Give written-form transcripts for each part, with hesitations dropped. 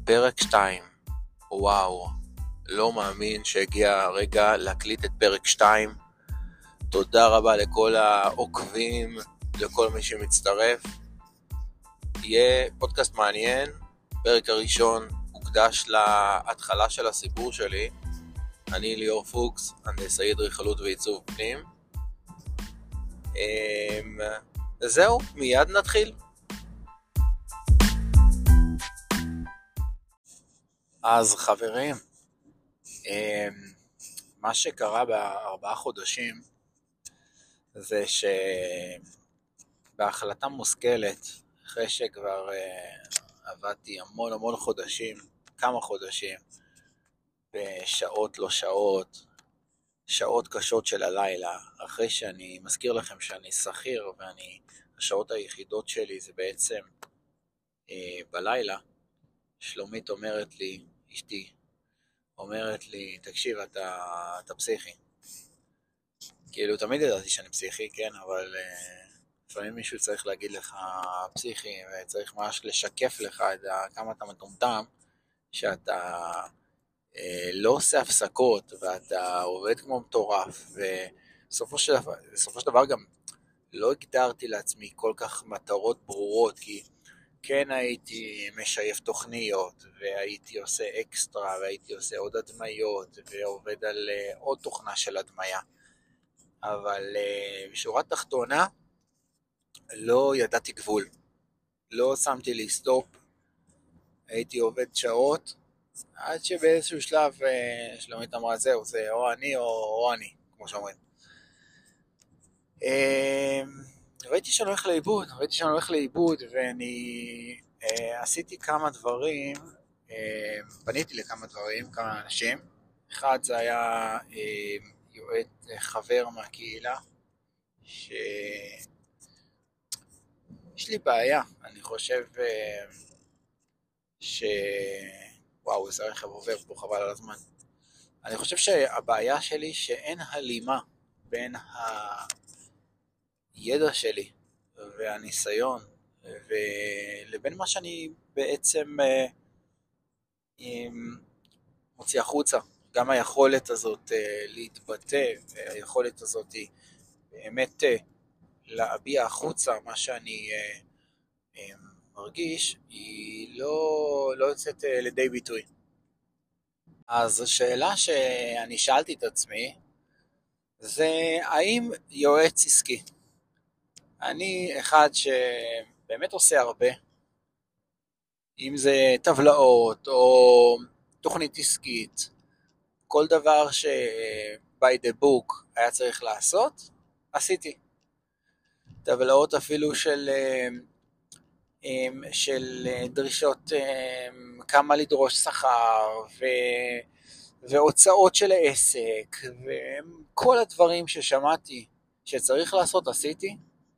פרק 2. וואו, לא מאמין שהגיע הרגע להקליט את פרק 2. תודה רבה לכל העוקבים, לכל מי שמצטרף. יהיה פודקאסט מעניין. פרק הראשון הוקדש להתחלה של הסיפור שלי. אני ליאור פוקס, הנדסאי אדריכלות ועיצוב פנים. זהו, מיד נתחיל. אז חברים, מה שקרה ב4 חודשים זה שבהחלטה מושכלת, אחרי שכבר עבדתי המון חודשים, כמה חודשים, בשעות לא שעות, שעות קשות של הלילה, אחרי שאני מזכיר לכם שאני שכיר השעות היחידות שלי זה בעצם בלילה. שלומית אומרת לי, אשתי, אומרת לי, תקשיב, אתה פסיכי. כאילו, תמיד ידעתי שאני פסיכי, כן, אבל לפעמים מישהו צריך להגיד לך פסיכי, וצריך ממש לשקף לך כמה אתה מטומטם, שאתה לא עושה הפסקות, ואתה עובד כמו מטורף, ובסופו של דבר גם לא הגדרתי לעצמי כל כך מטרות ברורות, כי כן הייתי משייף תוכניות, והייתי עושה אקסטרה, והייתי עושה עוד הדמיות, ועובד על עוד תוכנה של הדמיה. אבל בשורה תחתונה, לא ידעתי גבול. לא שמתי לי סטופ. הייתי עובד שעות, עד שבאיזשהו שלב שלומית אמרה, זהו, זה או אני או אני, כמו שאומרים. ראיתי שאני הולך לאיבוד, ואני עשיתי כמה דברים, פניתי לכמה דברים, כמה אנשים. אחד זה היה יועץ חבר מהקהילה, שיש לי בעיה, אני חושב וואו, איזה רכב עובר פה, חבל על הזמן. אני חושב שהבעיה שלי שאין הלימה בין הידע שלי והניסיון ולבין מה שאני בעצם מוציא החוצה. גם היכולת הזאת להתבטא, היכולת הזאת באמת להביע החוצה מה שאני מרגיש, היא לא יוצאת לידי ביטוי. אז השאלה שאני שאלתי את עצמי זה האם יועץ עסקי, אני אחד שבאמת עושה הרבה, אם זה טבלאות או תוכנית עסקית, כל דבר ש-by the book היה צריך לעשות, עשיתי. טבלאות אפילו של דרישות, כמה לדרוש שכר והוצאות של העסק, וכל הדברים ששמעתי שצריך לעשות, עשיתי.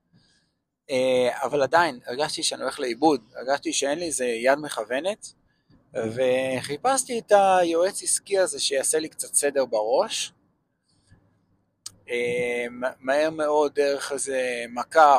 אבל עדיין הרגשתי שאני הולך לאיבוד, הרגשתי שאין לי איזה יד מכוונת, וחיפשתי את היועץ עסקי הזה שיעשה לי קצת סדר בראש. מהר מאוד דרך איזה מכר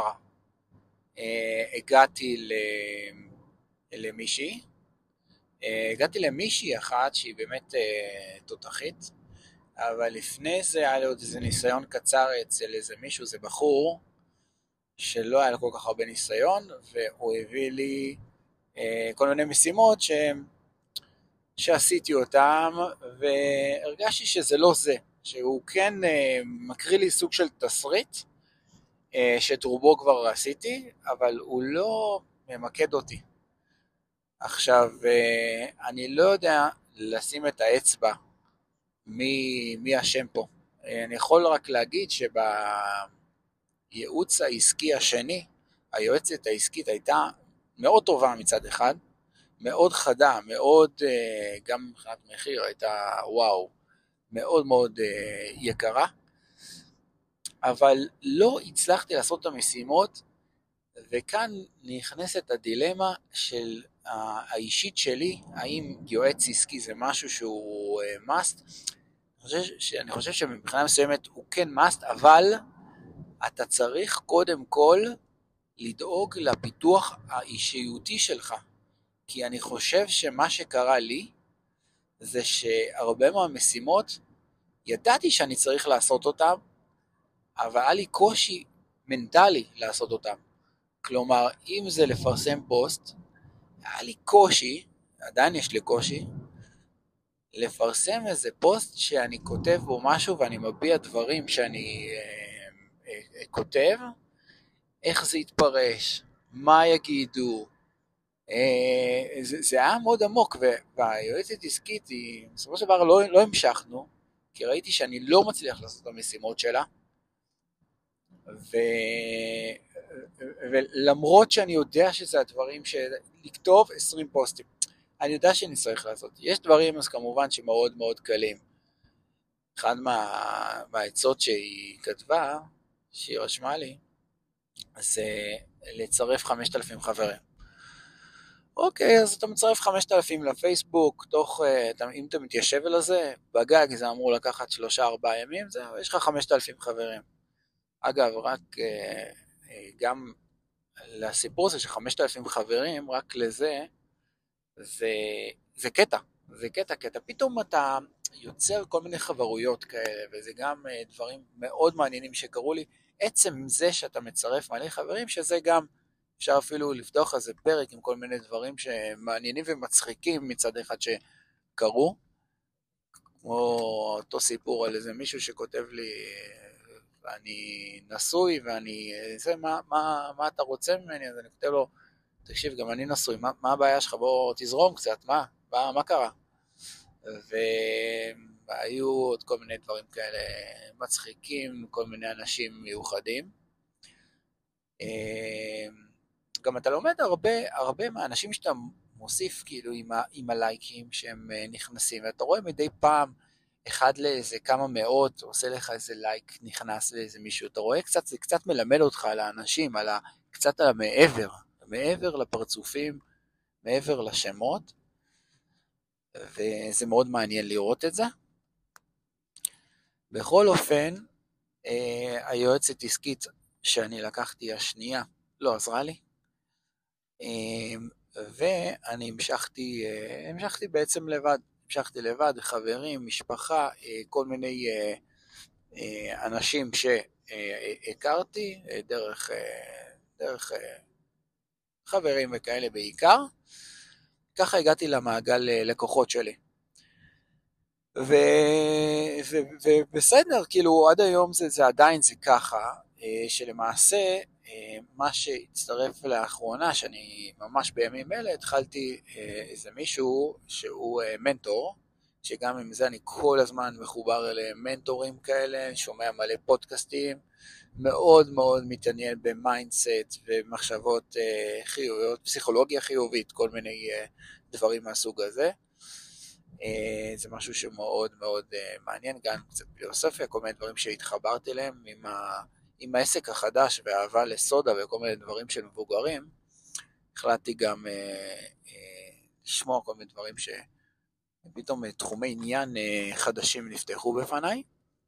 הגעתי למישהי. הגעתי למישהי אחת שהיא באמת תותחית, אבל לפני זה היה לי עוד איזה ניסיון קצר אצל איזה מישהו, זה בחור שלא היה לו כל כך הרבה ניסיון, והוא הביא לי כל מיני משימות שעשיתי אותם, והרגשתי שזה לא זה, שהוא כן מקריא לי סוג של תסריט, שאת רובו כבר עשיתי, אבל הוא לא ממקד אותי. עכשיו, אני לא יודע לשים את האצבע מי השם פה. אני יכול רק להגיד שבייעוץ העסקי השני, היועצת העסקית הייתה מאוד טובה מצד אחד, מאוד חדה, מאוד, גם מבחינת מחיר הייתה וואו, מאוד יקרה, אבל לא הצלחתי לעשות את המשימות, וכאן נכנסת הדילמה של האישית שלי, האם יועץ עסקי זה משהו שהוא must. אני חושב שמבחינה מסוימת הוא כן must, אבל אתה צריך קודם כל לדאוג לפיתוח האישיותי שלך. כי אני חושב שמה שקרה לי, זה שהרבה מהמשימות, ידעתי שאני צריך לעשות אותם, אבל היה לי קושי מנטלי לעשות אותם. כלומר, אם זה לפרסם פוסט, היה לי קושי, עדיין יש לי קושי, לפרסם איזה פוסט שאני כותב בו משהו ואני מביע דברים שאני כותב, איך זה יתפרש, מה יגידו, זה היה מאוד עמוק, והיועצת עסקית, בסופו של דבר לא המשכנו, כי ראיתי שאני לא מצליח לעשות את המשימות שלה, ו... ולמרות שאני יודע שזה הדברים לכתוב 20 פוסטים, אני יודע שאני צריך לעשות. יש דברים אז כמובן שמאוד מאוד קלים. אחד מהעצות שהיא כתבה, שהיא רשמה לי, זה לצרף 5,000 חברים. אוקיי, אז אתה מצרף 5,000 לפייסבוק, אם אתה מתיישב על זה, בגג זה אמור לקחת 3-4 ימים, זהו, יש לך 5,000 חברים. אגב, רק גם לסיפור הזה של 5,000 חברים, רק לזה, זה קטע, כי אתה פתאום אתה יוצר כל מיני חברויות כאלה, וזה גם דברים מאוד מעניינים שקרו לי, עצם זה שאתה מצרף מלא חברים, שזה גם, אפשר אפילו לפתוח איזה פרק עם כל מיני דברים שמעניינים ומצחיקים מצד אחד שקרו, כמו אותו סיפור על איזה מישהו שכותב לי, אני נשוי ואני, מה אתה רוצה ממני? אז אני כותב לו, תקשיב, גם אני נשוי, מה הבעיה שלך? בוא תזרום קצת, מה קרה? והיו עוד כל מיני דברים כאלה מצחיקים, כל מיני אנשים מיוחדים. גם אתה לומד הרבה מהאנשים שאתה מוסיף כאילו עם הלייקים שהם נכנסים, ואתה רואה מדי פעם אחד לאיזה כמה מאות, עושה לך איזה לייק נכנס לאיזה מישהו, אתה רואה קצת, זה קצת מלמד אותך על האנשים, קצת על מעבר לפרצופים, מעבר לשמות, וזה מאוד מעניין לראות את זה. בכל אופן, היועצת עסקית שאני לקחתי השנייה לא עזרה לי, ואני המשכתי בעצם לבד, חברים, משפחה, כל מיני אנשים שהכרתי דרך חברים וכאלה בעיקר, ככה הגעתי למעגל לקוחות שלי. ובסדר, כאילו עד היום זה עדיין זה ככה, שלמעשה מה שהצטרף לאחרונה, שאני ממש בימים אלה התחלתי איזה מישהו שהוא מנטור, שגם עם זה אני כל הזמן מחובר אליהם, מנטורים כאלה, שומע מלא פודקאסטים, מאוד מאוד מתעניין במיינדסט ומחשבות חיוביות, פסיכולוגיה חיובית, כל מיני דברים מהסוג הזה. זה משהו שמאוד מאוד מעניין, גם קצת פילוסופיה, כל מיני דברים שהתחברתי אליהם עם העסק החדש והאהבה לסודה וכל מיני דברים של מבוגרים, החלטתי גם לשמוע כל מיני דברים שפתאום תחומי עניין חדשים נפתחו בפניי,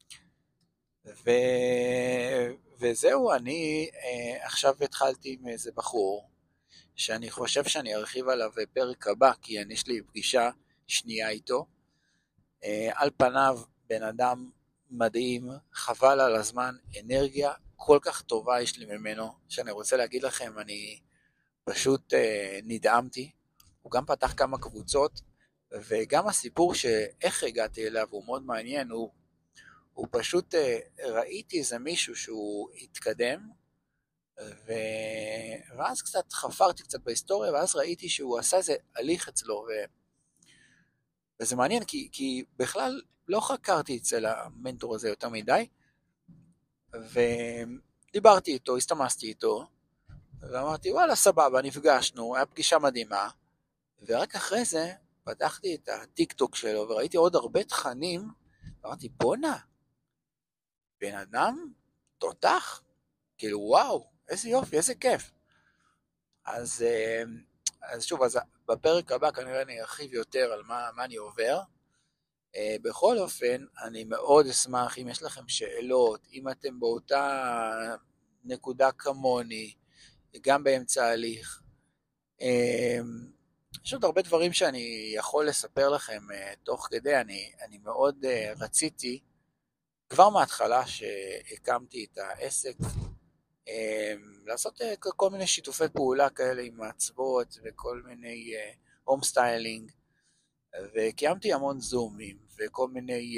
וזהו, אני עכשיו התחלתי עם איזה בחור, שאני חושב שאני ארחיב עליו בפרק הבא, כי יש לי פגישה שנייה איתו. על פניו בן אדם מדהים, חבל על הזמן, אנרגיה כל כך טובה יש לי ממנו, שאני רוצה להגיד לכם, אני פשוט נדהמתי. הוא גם פתח כמה קבוצות, וגם הסיפור שאיך הגעתי אליו הוא מאוד מעניין, הוא פשוט ראיתי איזה מישהו שהוא התקדם, ואז קצת חפרתי קצת בהיסטוריה, ואז ראיתי שהוא עשה איזה הליך אצלו, וזה מעניין, כי בכלל לא חקרתי אצל המנטור הזה יותר מדי, ודיברתי איתו, הסתמסתי איתו, ואמרתי, וואלה, סבבה, נפגשנו, היה פגישה מדהימה, ורק אחרי זה פתחתי את הטיק טוק שלו, וראיתי עוד הרבה תכנים, ואמרתי, בונה, בן אדם תותח, כאילו וואו, איזה יופי, איזה כיף. אז שוב, אז בפרק הבא כנראה אני ארחיב יותר על מה אני עובר. בכל אופן, אני מאוד אשמח אם יש לכם שאלות, אם אתם באותה נקודה כמוני, גם באמצע ההליך, יש עוד הרבה דברים שאני יכול לספר לכם תוך כדי. אני מאוד רציתי, כבר מההתחלה שהקמתי את העסק, לעשות כל מיני שיתופי פעולה כאלה עם מעצבות וכל מיני הום סטיילינג, וקיימתי המון זומים וכל מיני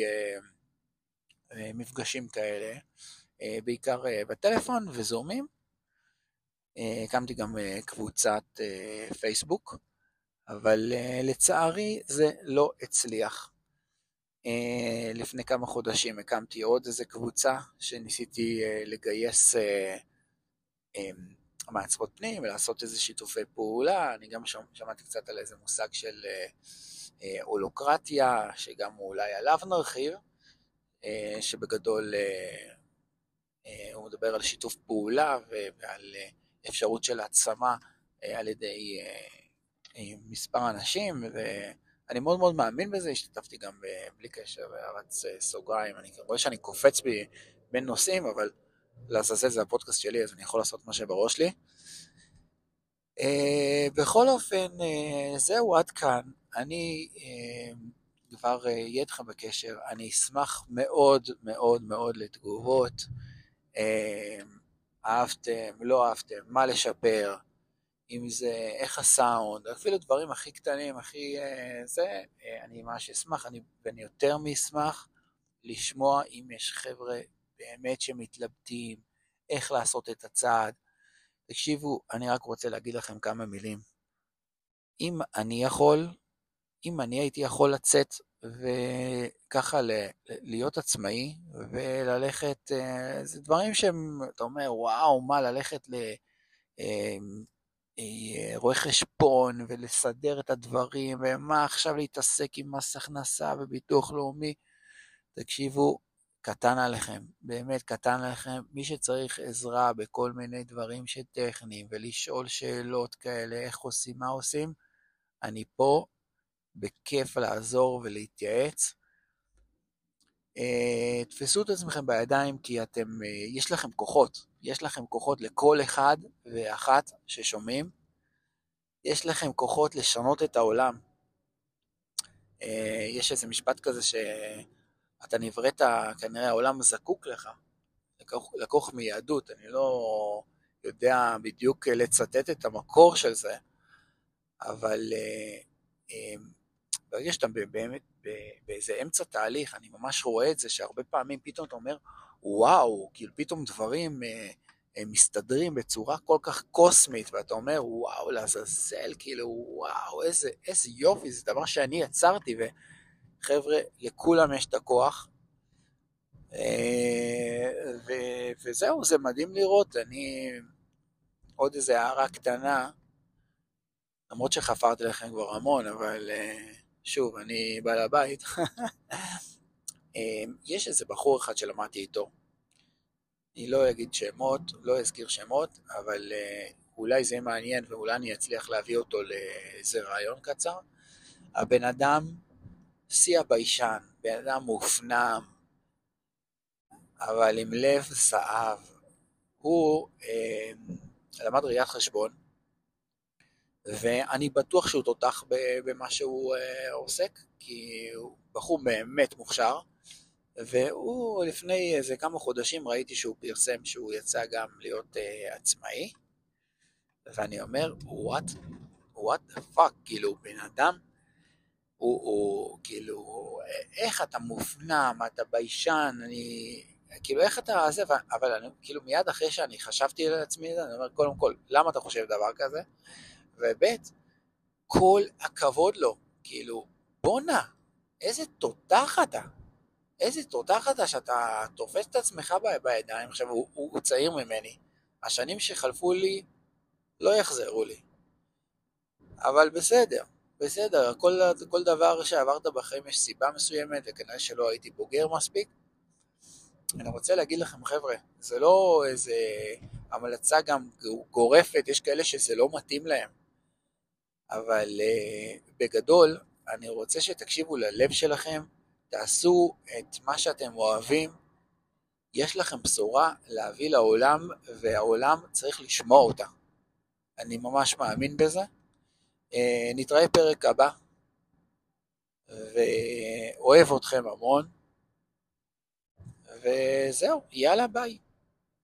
מפגשים כאלה, בעיקר בטלפון וזומים. הקמתי גם קבוצת פייסבוק, אבל לצערי זה לא הצליח. לפני כמה חודשים הקמתי עוד איזה קבוצה שניסיתי לגייס מעצבות פנים ולעשות איזה שיתופי פעולה. אני גם שמעתי קצת על איזה מושג של הולוקרטיה, שגם אולי עליו נרחיב, שבגדול הוא מדבר על שיתוף פעולה ועל אפשרות של העצמה על ידי מספר אנשים, ואני מאוד מאוד מאמין בזה. השתתפתי גם בלי קשר בארץ סוגריים, אני רואה שאני קופץ בין נושאים, אבל לעזאזל זה הפודקאסט שלי, אז אני יכול לעשות מה שבראש לי. בכל אופן, זהו, עד כאן. אני כבר אהיה איתכם בקשר. אני אשמח מאוד מאוד מאוד לתגובות. אהבתם, לא אהבתם, מה לשפר, אם זה איך הסאונד, אפילו דברים הכי קטנים, הכי זה, אני ממש אשמח. ואני יותר מאשמח לשמוע אם יש חבר'ה באמת שמתלבטים איך לעשות את הצעד. תקשיבו, אני רק רוצה להגיד לכם כמה מילים. אם אני הייתי יכול לצאת וככה להיות עצמאי וללכת, זה דברים שהם, אתה אומר, וואו, מה, ללכת רואה חשבון ולסדר את הדברים, ומה עכשיו להתעסק עם מס הכנסה וביטוח לאומי. תקשיבו, קטן עליכם, באמת קטן עליכם. מי שצריך עזרה בכל מיני דברים שטכניים ולשאול שאלות כאלה, איך עושים, מה עושים, אני פה בכיף לעזור ולהתייעץ. תפסו את עצמכם בידיים, כי יש לכם כוחות לכל אחד ואחת ששומעים. יש לכם כוחות לשנות את העולם. יש איזה משפט כזה שאתה נבראת, כנראה העולם זקוק לך, לקוח מיהדות. אני לא יודע בדיוק לצטט את המקור של זה, אבל ברגע שאתה באמת באיזה אמצע תהליך, אני ממש רואה את זה, שהרבה פעמים פתאום אתה אומר, וואו, כאילו פתאום דברים מסתדרים בצורה כל כך קוסמית, ואתה אומר, וואו, לעזאזל, כאילו, וואו, איזה יופי, זה דבר שאני יצרתי. וחבר'ה, לכולם יש את הכוח, וזהו, זה מדהים לראות. אני עוד איזה הערה קטנה, למרות שחפרתי לכם כבר המון, אבל שוב, אני בעל הבית. יש איזה בחור אחד שלמדתי איתו, אני לא אגיד שמות, לא אזכיר שמות, אבל אולי זה מעניין, ואולי אני אצליח להביא אותו לאיזה רעיון קצר. הבן אדם שיא הביישן, בן אדם מופנם, אבל עם לב זהב. הוא למד ראיית חשבון, ואני בטוח שהוא תותח במה שהוא עוסק, כי הוא בחור באמת מוכשר. והוא לפני איזה כמה חודשים ראיתי שהוא פרסם שהוא יצא גם להיות עצמאי, ואני אומר, what the fuck, כאילו, בן אדם, הוא כאילו, איך אתה מופנם, אתה ביישן, כאילו, איך אתה זה, אבל אני, כאילו, מיד אחרי שאני חשבתי על עצמי, אני אומר, קודם כל, למה אתה חושב דבר כזה? ובית, כל הכבוד לו, כאילו, בונה, איזה תותח אתה. איזה תותח אתה שאתה תופס את עצמך בידיים. עכשיו, הוא צעיר ממני. השנים שחלפו לי לא יחזרו לי. אבל בסדר. כל דבר שעברת בחיים יש סיבה מסוימת, וכנראה שלא הייתי בוגר מספיק. אני רוצה להגיד לכם, חבר'ה, זה לא איזה המלצה גם גורפת, יש כאלה שזה לא מתאים להם. אבל בגדול, אני רוצה שתקשיבו ללב שלכם, תעשו את מה שאתם אוהבים. יש לכם בשורה להביא לעולם, והעולם צריך לשמוע אותה. אני ממש מאמין בזה, נתראה פרק הבא, ואוהב אתכם המון, וזהו, יאללה ביי.